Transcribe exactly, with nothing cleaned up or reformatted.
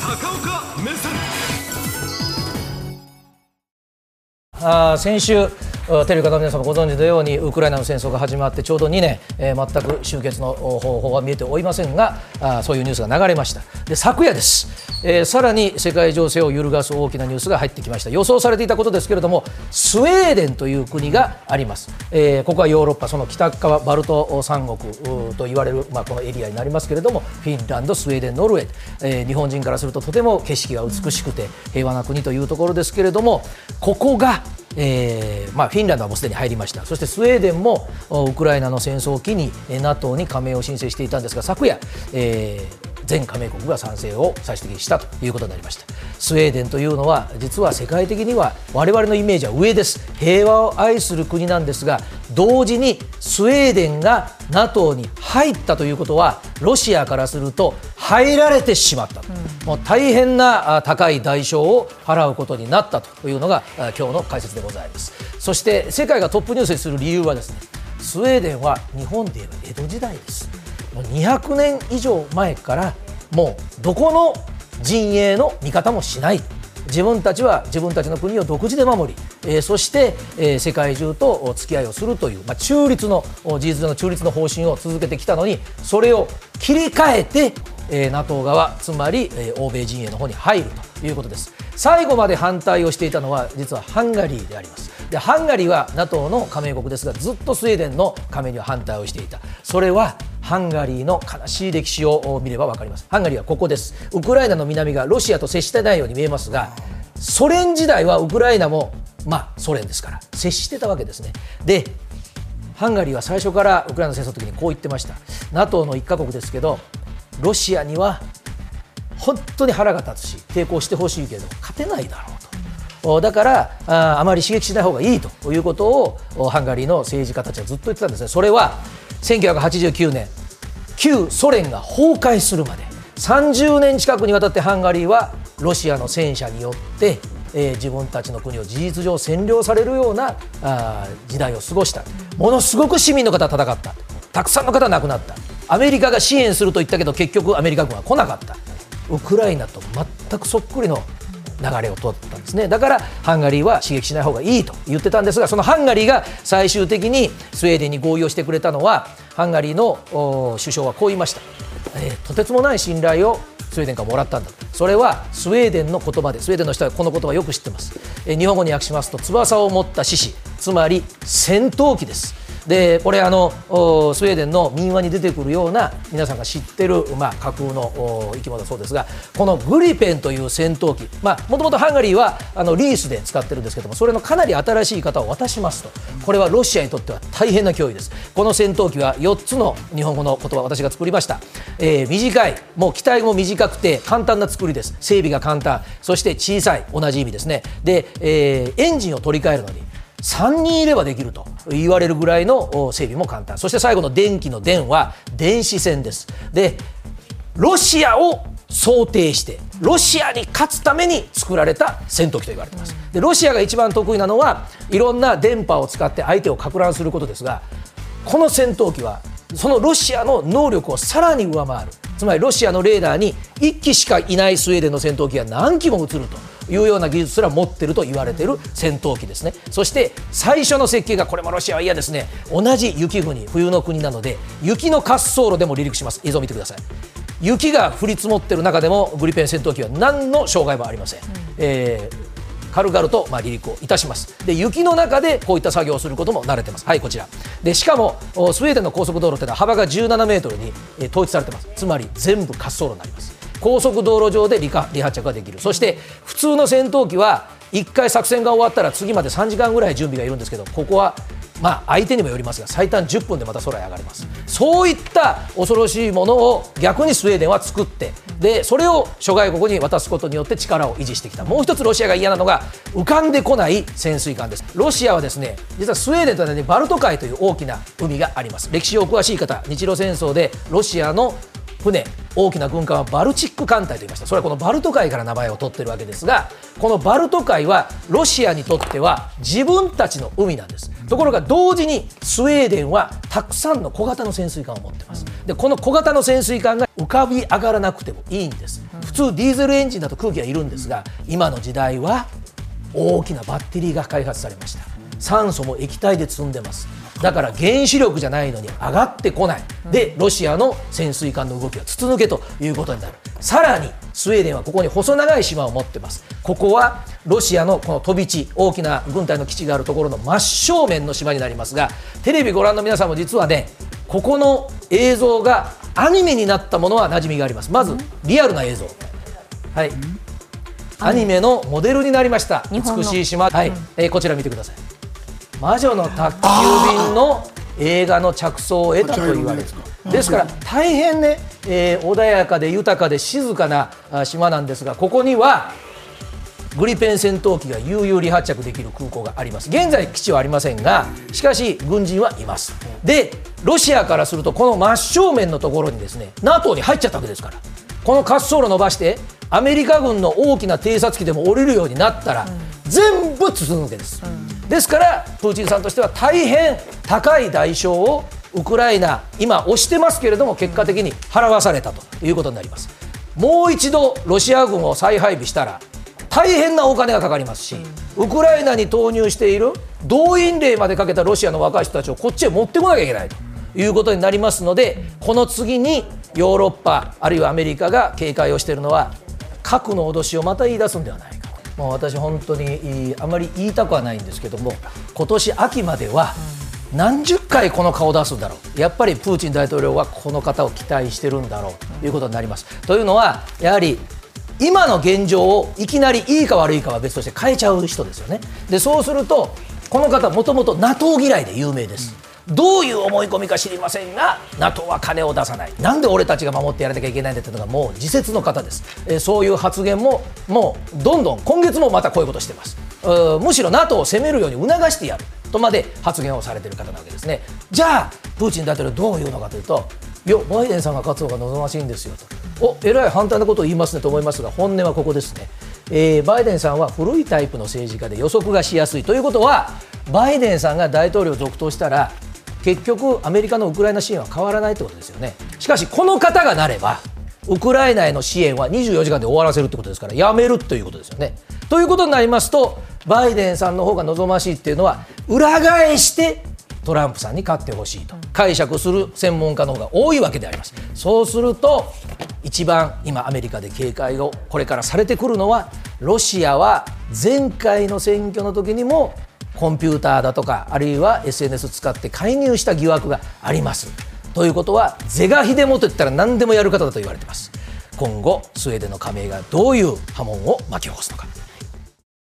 高岡目線。 あ先週テレビ方の皆様ご存知のようにウクライナの戦争が始まってちょうどにねん、えー、全く終結の方法は見えておりませんが、あそういうニュースが流れました。で昨夜です、えー、さらに世界情勢を揺るがす大きなニュースが入ってきました。予想されていたことですけれども、スウェーデンという国があります、えー、ここはヨーロッパその北側バルト三国と言われる、まあ、このエリアになりますけれども、フィンランド、スウェーデン、ノルウェー、えー、日本人からするととても景色が美しくて平和な国というところですけれども、ここがえーまあ、フィンランドはもうすでに入りました。そしてスウェーデンもウクライナの戦争を機に NATO に加盟を申請していたんですが、昨夜、えー全加盟国が賛成を最終的にしたということになりました。スウェーデンというのは実は世界的には我々のイメージは上です。平和を愛する国なんですが、同時にスウェーデンが NATO に入ったということはロシアからすると入られてしまった、うん、もう大変な高い代償を払うことになったというのが今日の解説でございます。そして世界がトップニュースにする理由はですね、スウェーデンは日本で言えば江戸時代です。にひゃくねん以上前からもうどこの陣営の味方もしない、自分たちは自分たちの国を独自で守り、えー、そして、えー、世界中と付き合いをするという、まあ、中立の事実上の中立の方針を続けてきたのに、それを切り替えて、えー、NATO 側つまり、えー、欧米陣営の方に入るということです。最後まで反対をしていたのは実はハンガリーであります。でハンガリーは NATO の加盟国ですが、ずっとスウェーデンの加盟には反対をしていた。それはハンガリーの悲しい歴史を見れば分かります。ハンガリーはここです。ウクライナの南がロシアと接してないように見えますが、ソ連時代はウクライナもまあソ連ですから接してたわけですね。でハンガリーは最初からウクライナの戦争の時にこう言ってました。 NATO の一カ国ですけど、ロシアには本当に腹が立つし抵抗してほしいけど勝てないだろうと、だからあ, あまり刺激しない方がいいということをハンガリーの政治家たちはずっと言ってたんですね。それはせんきゅうひゃくはちじゅうきゅうねん旧ソ連が崩壊するまでさんじゅうねん近くにわたってハンガリーはロシアの戦車によって、えー、自分たちの国を事実上占領されるようなあ時代を過ごした。ものすごく市民の方は戦った。たくさんの方は亡くなった。アメリカが支援すると言ったけど結局アメリカ軍は来なかった。ウクライナと全くそっくりの流れを取ったんですね。だからハンガリーは刺激しない方がいいと言ってたんですが、そのハンガリーが最終的にスウェーデンに合意をしてくれたのは、ハンガリーの首相はこう言いました、えー、とてつもない信頼をスウェーデンからもらったんだ。それはスウェーデンの言葉で、スウェーデンの人はこの言葉をよく知ってます。えー、日本語に訳しますと翼を持った獅子、つまり戦闘機です。でこれあのスウェーデンの民話に出てくるような皆さんが知ってる、まあ、架空の生き物だそうですが、このグリペンという戦闘機、もともとハンガリーはあのリースで使ってるんですけども、それのかなり新しい型を渡しますと、これはロシアにとっては大変な脅威です。この戦闘機はよっつの日本語の言葉を私が作りました。えー、短い、もう機体も短くて簡単な作りです。整備が簡単、そして小さい、同じ意味ですね。で、えー、エンジンを取り替えるのにさんにんいればできると言われるぐらいの整備も簡単。そして最後の電気の電は電子戦です。でロシアを想定してロシアに勝つために作られた戦闘機と言われています。でロシアが一番得意なのはいろんな電波を使って相手を撹乱することですが、この戦闘機はそのロシアの能力をさらに上回る。つまりロシアのレーダーにいっきしかいないスウェーデンの戦闘機が何機も映るというような技術すら持っていると言われている戦闘機ですね。そして最初の設計が、これもロシアは嫌ですね。同じ雪国、冬の国なので雪の滑走路でも離陸します。映像を見てください。雪が降り積もっている中でもグリペン戦闘機は何の障害もありません。うんえー軽々とまあ離陸をいたします。で雪の中でこういった作業をすることも慣れてます。はい、こちらで、しかもスウェーデンの高速道路というのは幅がじゅうななメートルに統一されてます。つまり全部滑走路になります。高速道路上で離発着ができる。そして普通の戦闘機はいっかい作戦が終わったら次までさんじかんぐらい準備がいるんですけど、ここはまあ相手にもよりますが最短じゅっぷんでまた空へ上がります。そういった恐ろしいものを逆にスウェーデンは作って、でそれを諸外国に渡すことによって力を維持してきた。もう一つロシアが嫌なのが浮かんでこない潜水艦です。ロシアはですね、実はスウェーデンというのは、ね、バルト海という大きな海があります。歴史を詳しい方、日露戦争でロシアの船、大きな軍艦はバルチック艦隊と言いました。それはこのバルト海から名前を取ってるわけですが、このバルト海はロシアにとっては自分たちの海なんです。ところが同時にスウェーデンはたくさんの小型の潜水艦を持ってます。でこの小型の潜水艦が浮かび上がらなくてもいいんです。普通ディーゼルエンジンだと空気がいるんですが、今の時代は大きなバッテリーが開発されました。酸素も液体で積んでます。だから原子力じゃないのに上がってこない。でロシアの潜水艦の動きは筒抜けということになる。さらにスウェーデンはここに細長い島を持ってます。ここはロシアのこの飛び地、大きな軍隊の基地があるところの真正面の島になりますが、テレビご覧の皆さんも実はね、ここの映像がアニメになったものは馴染みがあります。まずリアルな映像、はい、アニメのモデルになりました美しい島、はい、えー、こちら見てください。魔女の宅急便の映画の着想を得たと言われる。ですから大変ね、えー、穏やかで豊かで静かな島なんですが、ここにはグリペン戦闘機が悠々離発着できる空港があります。現在基地はありませんが、しかし軍人はいます。でロシアからするとこの真正面のところにですね ナトー に入っちゃったわけですから、この滑走路伸ばしてアメリカ軍の大きな偵察機でも降りるようになったら、全部筒抜けです。ですからプーチンさんとしては大変高い代償をウクライナ今押してますけれども、結果的に払わされたということになります。もう一度ロシア軍を再配備したら大変なお金がかかりますし、ウクライナに投入している動員令までかけたロシアの若い人たちをこっちへ持ってこなきゃいけないということになりますので、この次にヨーロッパあるいはアメリカが警戒をしているのは核の脅しをまた言い出すんではないか。もう私本当にあまり言いたくはないんですけども、今年秋までは何十回この顔を出すんだろう。やっぱりプーチン大統領はこの方を期待してるんだろうということになります。というのはやはり今の現状をいきなりいいか悪いかは別として変えちゃう人ですよね。でそうするとこの方もともと ナトー 嫌いで有名です。どういう思い込みか知りませんが ナトー は金を出さない、なんで俺たちが守ってやらなきゃいけないんだというのがもう自説の方です。えー、そういう発言ももうどんどん今月もまたこういうことしてます。むしろ ナトー を攻めるように促してやるとまで発言をされている方なわけですね。じゃあプーチン大統領どういうのかというと、いやバイデンさんが勝つ方が望ましいんですよと、おえらい反対のことを言いますねと思いますが、本音はここですね。えー、バイデンさんは古いタイプの政治家で予測がしやすいということは、バイデンさんが大統領を続投したら結局アメリカのウクライナ支援は変わらないということですよね。しかしこの方がなればウクライナへの支援はにじゅうよじかんで終わらせるということですから、やめるということですよね。ということになりますと、バイデンさんの方が望ましいっていうのは裏返してトランプさんに勝ってほしいと解釈する専門家の方が多いわけであります。そうすると一番今アメリカで警戒をこれからされてくるのは、ロシアは前回の選挙の時にもコンピューターだとかあるいは エスエヌエス 使って介入した疑惑があります。ということは是が非でもといったら何でもやる方だと言われています。今後スウェーデンの加盟がどういう波紋を巻き起こすのか。